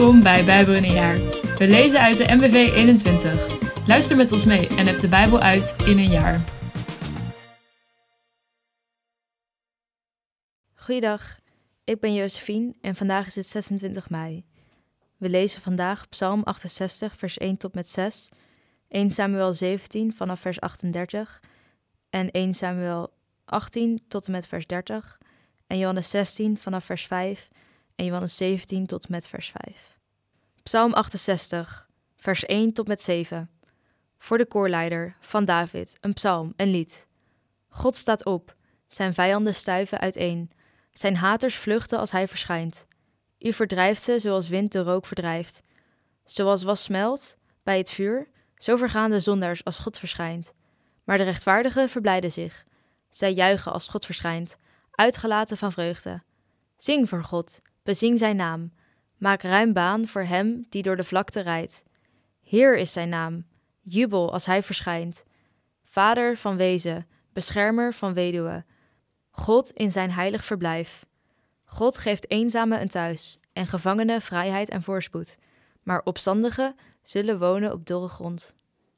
Welkom bij Bijbel in een jaar. We lezen uit de MBV 21. Luister met ons mee en heb de Bijbel uit in een jaar. Goeiedag, ik ben Josephine en vandaag is het 26 mei. We lezen vandaag Psalm 68 vers 1 tot met 6, 1 Samuel 17 vanaf vers 38 en 1 Samuel 18 tot en met vers 30 en Johannes 16 vanaf vers 5 en Johannes 17 tot en met vers 5. Psalm 68, vers 1 tot met 7. Voor de koorleider van David, een psalm, een lied. God staat op, zijn vijanden stuiven uiteen. Zijn haters vluchten als hij verschijnt. U verdrijft ze zoals wind de rook verdrijft. Zoals was smelt bij het vuur, zo vergaan de zondaars als God verschijnt. Maar de rechtvaardigen verblijden zich. Zij juichen als God verschijnt, uitgelaten van vreugde. Zing voor God, bezing zijn naam. Maak ruim baan voor hem die door de vlakte rijdt. Heer is zijn naam, jubel als hij verschijnt. Vader van wezen, beschermer van weduwen. God in zijn heilig verblijf. God geeft eenzamen een thuis en gevangenen vrijheid en voorspoed. Maar opstandigen zullen wonen op dorre grond.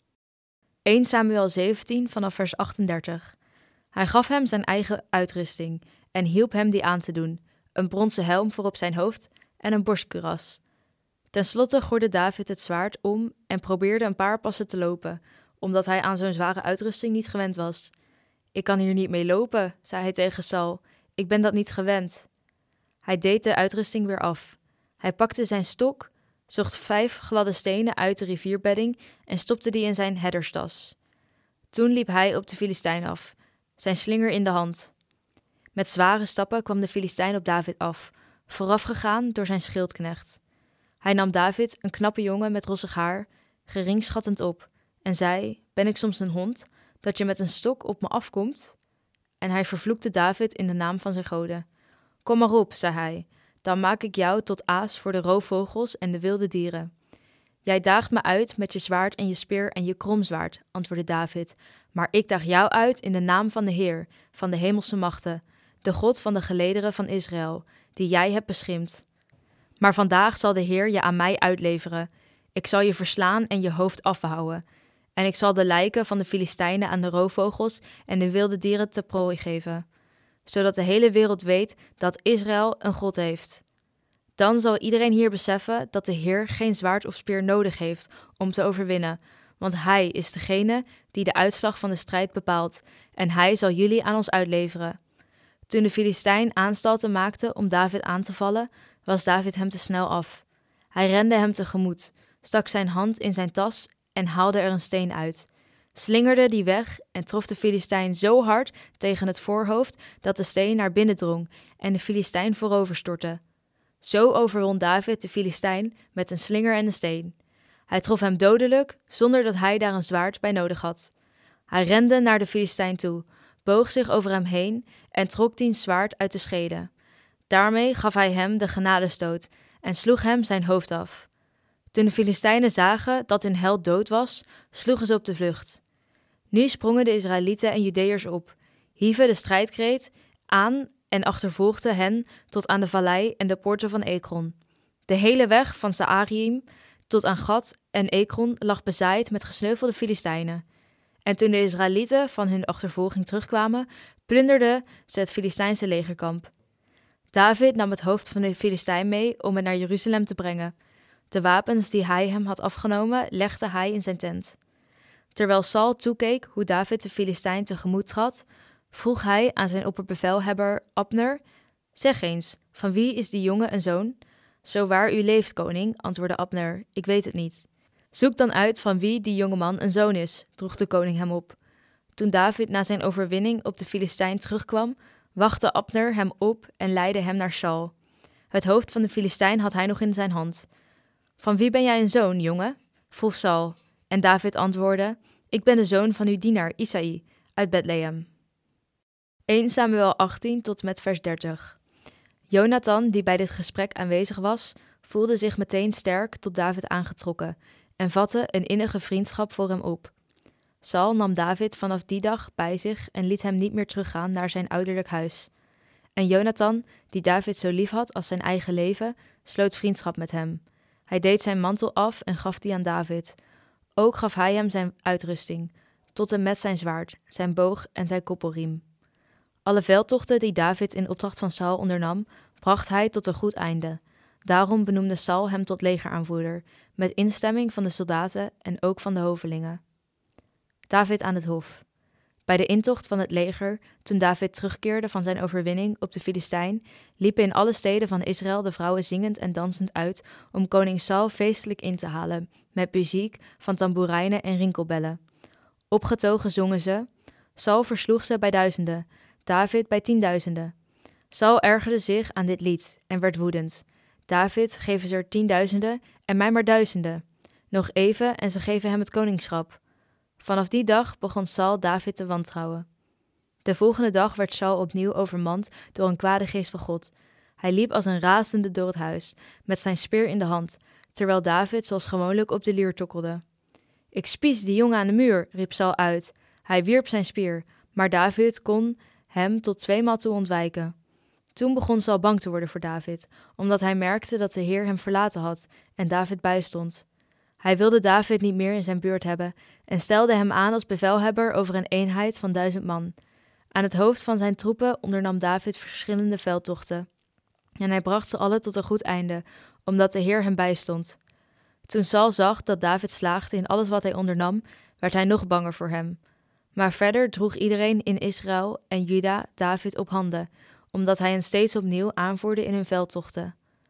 1 Samuel 17 vanaf vers 38. Hij gaf hem zijn eigen uitrusting en hielp hem die aan te doen. Een bronzen helm voor op zijn hoofd en een borstkuras. Ten slotte gordde David het zwaard om en probeerde een paar passen te lopen, omdat hij aan zo'n zware uitrusting niet gewend was. Ik kan hier niet mee lopen, zei hij tegen Saul. Ik ben dat niet gewend. Hij deed de uitrusting weer af. Hij pakte zijn stok, zocht 5 gladde stenen uit de rivierbedding en stopte die in zijn herderstas. Toen liep hij op de Filistijn af, zijn slinger in de hand. Met zware stappen kwam de Filistijn op David af, voorafgegaan door zijn schildknecht. Hij nam David, een knappe jongen met rossig haar, geringschattend op en zei: Ben ik soms een hond, dat je met een stok op me afkomt? En hij vervloekte David in de naam van zijn goden. Kom maar op, zei hij, dan maak ik jou tot aas voor de roofvogels en de wilde dieren. Jij daagt me uit met je zwaard en je speer en je kromzwaard, antwoordde David. Maar ik daag jou uit in de naam van de Heer, van de hemelse machten, de God van de gelederen van Israël, die jij hebt beschimd. Maar vandaag zal de Heer je aan mij uitleveren. Ik zal je verslaan en je hoofd afhouwen. En ik zal de lijken van de Filistijnen aan de roofvogels en de wilde dieren te prooi geven, zodat de hele wereld weet dat Israël een God heeft. Dan zal iedereen hier beseffen dat de Heer geen zwaard of speer nodig heeft om te overwinnen, want Hij is degene die de uitslag van de strijd bepaalt en Hij zal jullie aan ons uitleveren. Toen de Filistijn aanstalten maakte om David aan te vallen, was David hem te snel af. Hij rende hem tegemoet, stak zijn hand in zijn tas en haalde er een steen uit, slingerde die weg en trof de Filistijn zo hard tegen het voorhoofd dat de steen naar binnen drong en de Filistijn voorover stortte. Zo overwon David de Filistijn met een slinger en een steen. Hij trof hem dodelijk, zonder dat hij daar een zwaard bij nodig had. Hij rende naar de Filistijn toe, boog zich over hem heen en trok diens zwaard uit de schede. Daarmee gaf hij hem de genadestoot en sloeg hem zijn hoofd af. Toen de Filistijnen zagen dat hun held dood was, sloegen ze op de vlucht. Nu sprongen de Israëlieten en Judeërs op, hieven de strijdkreet aan en achtervolgden hen tot aan de vallei en de poorten van Ekron. De hele weg van Sa'arim tot aan Gat en Ekron lag bezaaid met gesneuvelde Filistijnen. En toen de Israëlieten van hun achtervolging terugkwamen, plunderden ze het Filistijnse legerkamp. David nam het hoofd van de Filistijn mee om het naar Jeruzalem te brengen. De wapens die hij hem had afgenomen, legde hij in zijn tent. Terwijl Saul toekeek hoe David de Filistijn tegemoet trad, vroeg hij aan zijn opperbevelhebber Abner: Zeg eens, van wie is die jongen een zoon? Zo waar u leeft, koning, antwoordde Abner, ik weet het niet. Zoek dan uit van wie die jongeman een zoon is, droeg de koning hem op. Toen David na zijn overwinning op de Filistijn terugkwam, wachtte Abner hem op en leidde hem naar Saul. Het hoofd van de Filistijn had hij nog in zijn hand. Van wie ben jij een zoon, jongen? Vroeg Saul. En David antwoordde: Ik ben de zoon van uw dienaar Isaï uit Bethlehem. 1 Samuel 18 tot met vers 30. Jonathan, die bij dit gesprek aanwezig was, voelde zich meteen sterk tot David aangetrokken en vatte een innige vriendschap voor hem op. Saul nam David vanaf die dag bij zich en liet hem niet meer teruggaan naar zijn ouderlijk huis. En Jonathan, die David zo lief had als zijn eigen leven, sloot vriendschap met hem. Hij deed zijn mantel af en gaf die aan David. Ook gaf hij hem zijn uitrusting, tot en met zijn zwaard, zijn boog en zijn koppelriem. Alle veldtochten die David in opdracht van Saul ondernam, bracht hij tot een goed einde. Daarom benoemde Saul hem tot legeraanvoerder, met instemming van de soldaten en ook van de hovelingen. David aan het hof. Bij de intocht van het leger, toen David terugkeerde van zijn overwinning op de Filistijn, liepen in alle steden van Israël de vrouwen zingend en dansend uit om koning Saul feestelijk in te halen, met muziek van tamboerijnen en rinkelbellen. Opgetogen zongen ze: Saul versloeg ze bij duizenden, David bij tienduizenden. Saul ergerde zich aan dit lied en werd woedend. David, geven ze er tienduizenden en mij maar duizenden. Nog even en ze geven hem het koningschap. Vanaf die dag begon Saul David te wantrouwen. De volgende dag werd Saul opnieuw overmand door een kwade geest van God. Hij liep als een razende door het huis, met zijn speer in de hand, terwijl David zoals gewoonlijk op de lier tokkelde. Ik spies die jongen aan de muur, riep Saul uit. Hij wierp zijn speer, maar David kon hem tot 2 maal toe ontwijken. Toen begon Saul bang te worden voor David, omdat hij merkte dat de Heer hem verlaten had en David bijstond. Hij wilde David niet meer in zijn buurt hebben en stelde hem aan als bevelhebber over een eenheid van 1000 man. Aan het hoofd van zijn troepen ondernam David verschillende veldtochten. En hij bracht ze alle tot een goed einde, omdat de Heer hem bijstond. Toen Saul zag dat David slaagde in alles wat hij ondernam, werd hij nog banger voor hem. Maar verder droeg iedereen in Israël en Juda David op handen, omdat hij hen steeds opnieuw aanvoerde in hun veldtochten.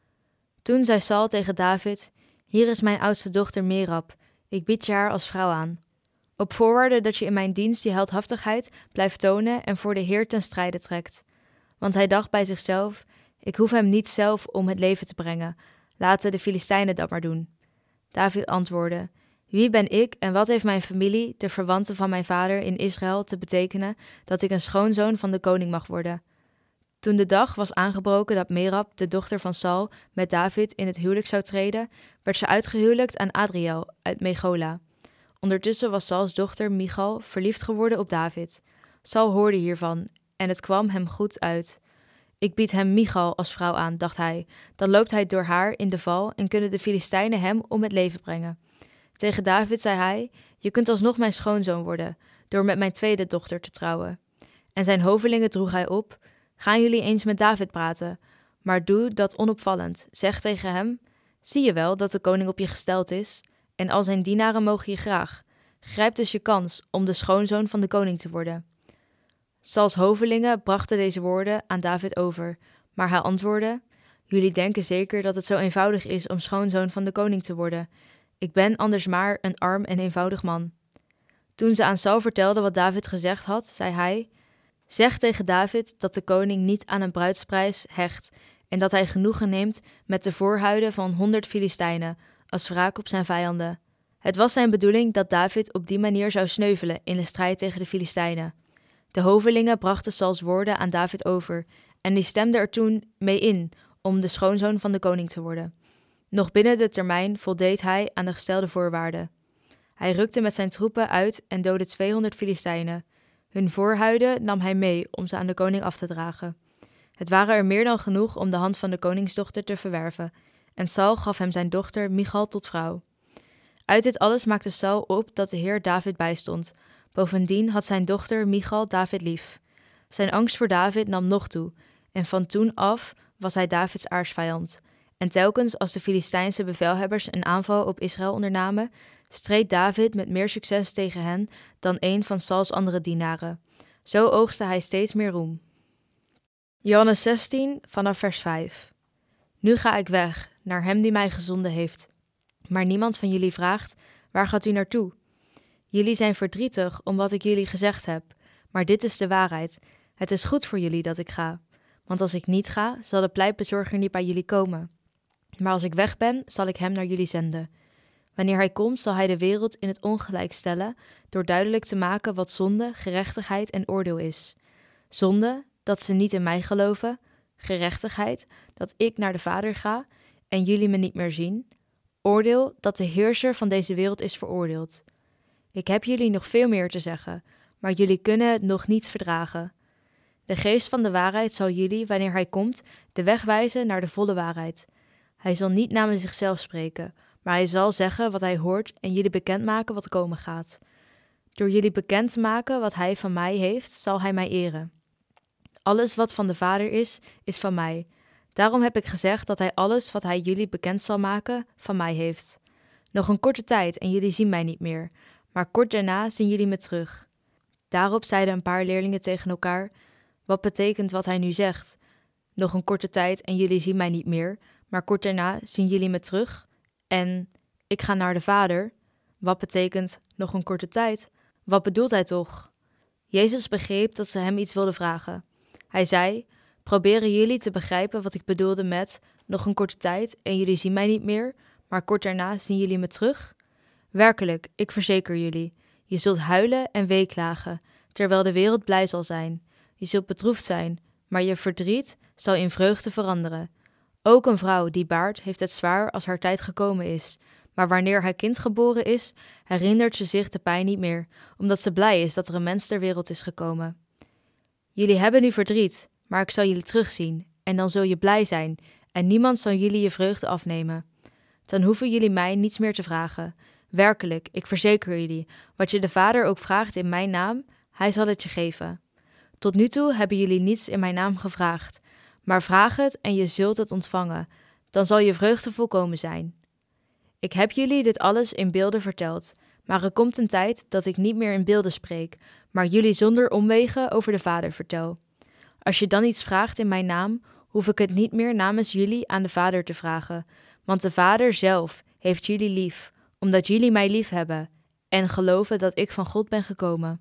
Toen zei Saul tegen David: Hier is mijn oudste dochter Merab, ik bied je haar als vrouw aan. Op voorwaarde dat je in mijn dienst je heldhaftigheid blijft tonen en voor de Heer ten strijde trekt. Want hij dacht bij zichzelf: ik hoef hem niet zelf om het leven te brengen, laten de Filistijnen dat maar doen. David antwoordde: Wie ben ik en wat heeft mijn familie, de verwanten van mijn vader in Israël, te betekenen dat ik een schoonzoon van de koning mag worden? Toen de dag was aangebroken dat Merab, de dochter van Saul, met David in het huwelijk zou treden, werd ze uitgehuwelijkt aan Adriel uit Mechola. Ondertussen was Sauls dochter Michal verliefd geworden op David. Saul hoorde hiervan en het kwam hem goed uit. Ik bied hem Michal als vrouw aan, dacht hij. Dan loopt hij door haar in de val en kunnen de Filistijnen hem om het leven brengen. Tegen David zei hij: Je kunt alsnog mijn schoonzoon worden, door met mijn tweede dochter te trouwen. En zijn hovelingen droeg hij op: Gaan jullie eens met David praten, maar doe dat onopvallend. Zeg tegen hem: Zie je wel dat de koning op je gesteld is? En al zijn dienaren mogen je graag. Grijp dus je kans om de schoonzoon van de koning te worden. Sauls hovelingen brachten deze woorden aan David over, maar hij antwoordde: Jullie denken zeker dat het zo eenvoudig is om schoonzoon van de koning te worden. Ik ben anders maar een arm en eenvoudig man. Toen ze aan Saul vertelden wat David gezegd had, zei hij: Zeg tegen David dat de koning niet aan een bruidsprijs hecht en dat hij genoegen neemt met de voorhuiden van 100 Filistijnen als wraak op zijn vijanden. Het was zijn bedoeling dat David op die manier zou sneuvelen in de strijd tegen de Filistijnen. De hovelingen brachten Sauls woorden aan David over en die stemde er toen mee in om de schoonzoon van de koning te worden. Nog binnen de termijn voldeed hij aan de gestelde voorwaarden. Hij rukte met zijn troepen uit en doodde 200 Filistijnen. Hun voorhuiden nam hij mee om ze aan de koning af te dragen. Het waren er meer dan genoeg om de hand van de koningsdochter te verwerven, en Saul gaf hem zijn dochter Michal tot vrouw. Uit dit alles maakte Saul op dat de Heer David bijstond. Bovendien had zijn dochter Michal David lief. Zijn angst voor David nam nog toe, en van toen af was hij Davids aartsvijand. En telkens als de Filistijnse bevelhebbers een aanval op Israël ondernamen, streed David met meer succes tegen hen dan een van Sauls andere dienaren. Zo oogstte hij steeds meer roem. Johannes 16 vanaf vers 5. Nu ga ik weg, naar hem die mij gezonden heeft. Maar niemand van jullie vraagt: waar gaat u naartoe? Jullie zijn verdrietig om wat ik jullie gezegd heb, maar dit is de waarheid. Het is goed voor jullie dat ik ga. Want als ik niet ga, zal de pleitbezorger niet bij jullie komen. Maar als ik weg ben, zal ik hem naar jullie zenden. Wanneer hij komt, zal hij de wereld in het ongelijk stellen, door duidelijk te maken wat zonde, gerechtigheid en oordeel is. Zonde, dat ze niet in mij geloven. Gerechtigheid, dat ik naar de Vader ga en jullie me niet meer zien. Oordeel, dat de heerser van deze wereld is veroordeeld. Ik heb jullie nog veel meer te zeggen, maar jullie kunnen het nog niet verdragen. De geest van de waarheid zal jullie, wanneer hij komt, de weg wijzen naar de volle waarheid. Hij zal niet namens zichzelf spreken, maar hij zal zeggen wat hij hoort en jullie bekendmaken wat komen gaat. Door jullie bekend te maken wat hij van mij heeft, zal hij mij eren. Alles wat van de Vader is van mij. Daarom heb ik gezegd dat hij alles wat hij jullie bekend zal maken, van mij heeft. Nog een korte tijd en jullie zien mij niet meer, maar kort daarna zien jullie me terug. Daarop zeiden een paar leerlingen tegen elkaar: wat betekent wat hij nu zegt? Nog een korte tijd en jullie zien mij niet meer, maar kort daarna zien jullie me terug. En ik ga naar de Vader. Wat betekent nog een korte tijd? Wat bedoelt hij toch? Jezus begreep dat ze hem iets wilden vragen. Hij zei: proberen jullie te begrijpen wat ik bedoelde met nog een korte tijd en jullie zien mij niet meer, maar kort daarna zien jullie me terug? Werkelijk, ik verzeker jullie, je zult huilen en weeklagen, terwijl de wereld blij zal zijn. Je zult bedroefd zijn, maar je verdriet zal in vreugde veranderen. Ook een vrouw die baart heeft het zwaar als haar tijd gekomen is, maar wanneer haar kind geboren is, herinnert ze zich de pijn niet meer, omdat ze blij is dat er een mens ter wereld is gekomen. Jullie hebben nu verdriet, maar ik zal jullie terugzien, en dan zul je blij zijn, en niemand zal jullie je vreugde afnemen. Dan hoeven jullie mij niets meer te vragen. Werkelijk, ik verzeker jullie, wat je de Vader ook vraagt in mijn naam, hij zal het je geven. Tot nu toe hebben jullie niets in mijn naam gevraagd, maar vraag het en je zult het ontvangen, dan zal je vreugde volkomen zijn. Ik heb jullie dit alles in beelden verteld, maar er komt een tijd dat ik niet meer in beelden spreek, maar jullie zonder omwegen over de Vader vertel. Als je dan iets vraagt in mijn naam, hoef ik het niet meer namens jullie aan de Vader te vragen, want de Vader zelf heeft jullie lief, omdat jullie mij lief hebben en geloven dat ik van God ben gekomen.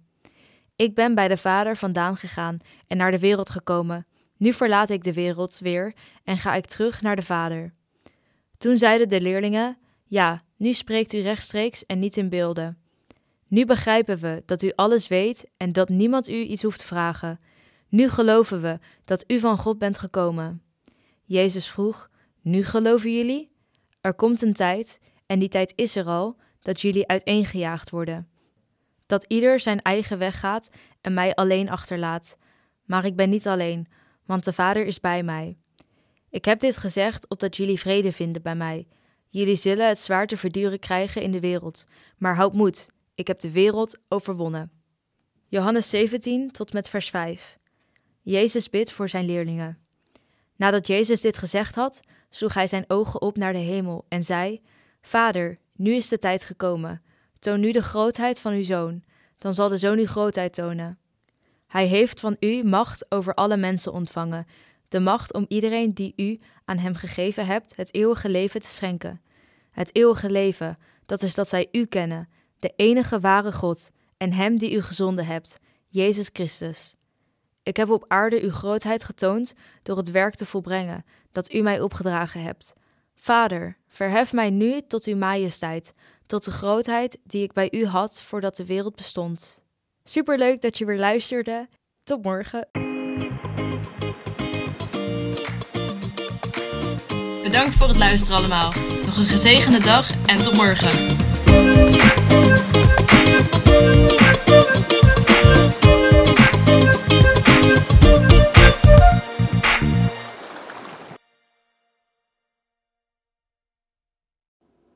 Ik ben bij de Vader vandaan gegaan en naar de wereld gekomen. Nu verlaat ik de wereld weer en ga ik terug naar de Vader. Toen zeiden de leerlingen: ja, nu spreekt u rechtstreeks en niet in beelden. Nu begrijpen we dat u alles weet en dat niemand u iets hoeft te vragen. Nu geloven we dat u van God bent gekomen. Jezus vroeg: nu geloven jullie? Er komt een tijd, en die tijd is er al, dat jullie uiteengejaagd worden. Dat ieder zijn eigen weg gaat en mij alleen achterlaat. Maar ik ben niet alleen, want de Vader is bij mij. Ik heb dit gezegd opdat jullie vrede vinden bij mij. Jullie zullen het zwaar te verduren krijgen in de wereld, maar houd moed, ik heb de wereld overwonnen. Johannes 17 tot met vers 5. Jezus bidt voor zijn leerlingen. Nadat Jezus dit gezegd had, sloeg hij zijn ogen op naar de hemel en zei: Vader, nu is de tijd gekomen. Toon nu de grootheid van uw Zoon, dan zal de Zoon uw grootheid tonen. Hij heeft van u macht over alle mensen ontvangen, de macht om iedereen die u aan hem gegeven hebt het eeuwige leven te schenken. Het eeuwige leven, dat is dat zij u kennen, de enige ware God, en hem die u gezonden hebt, Jezus Christus. Ik heb op aarde uw grootheid getoond door het werk te volbrengen dat u mij opgedragen hebt. Vader, verhef mij nu tot uw majesteit, tot de grootheid die ik bij u had voordat de wereld bestond. Superleuk dat je weer luisterde. Tot morgen. Bedankt voor het luisteren allemaal. Nog een gezegende dag en tot morgen.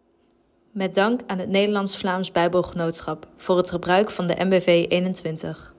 Met dank aan het Nederlands-Vlaams Bijbelgenootschap voor het gebruik van de MBV 21.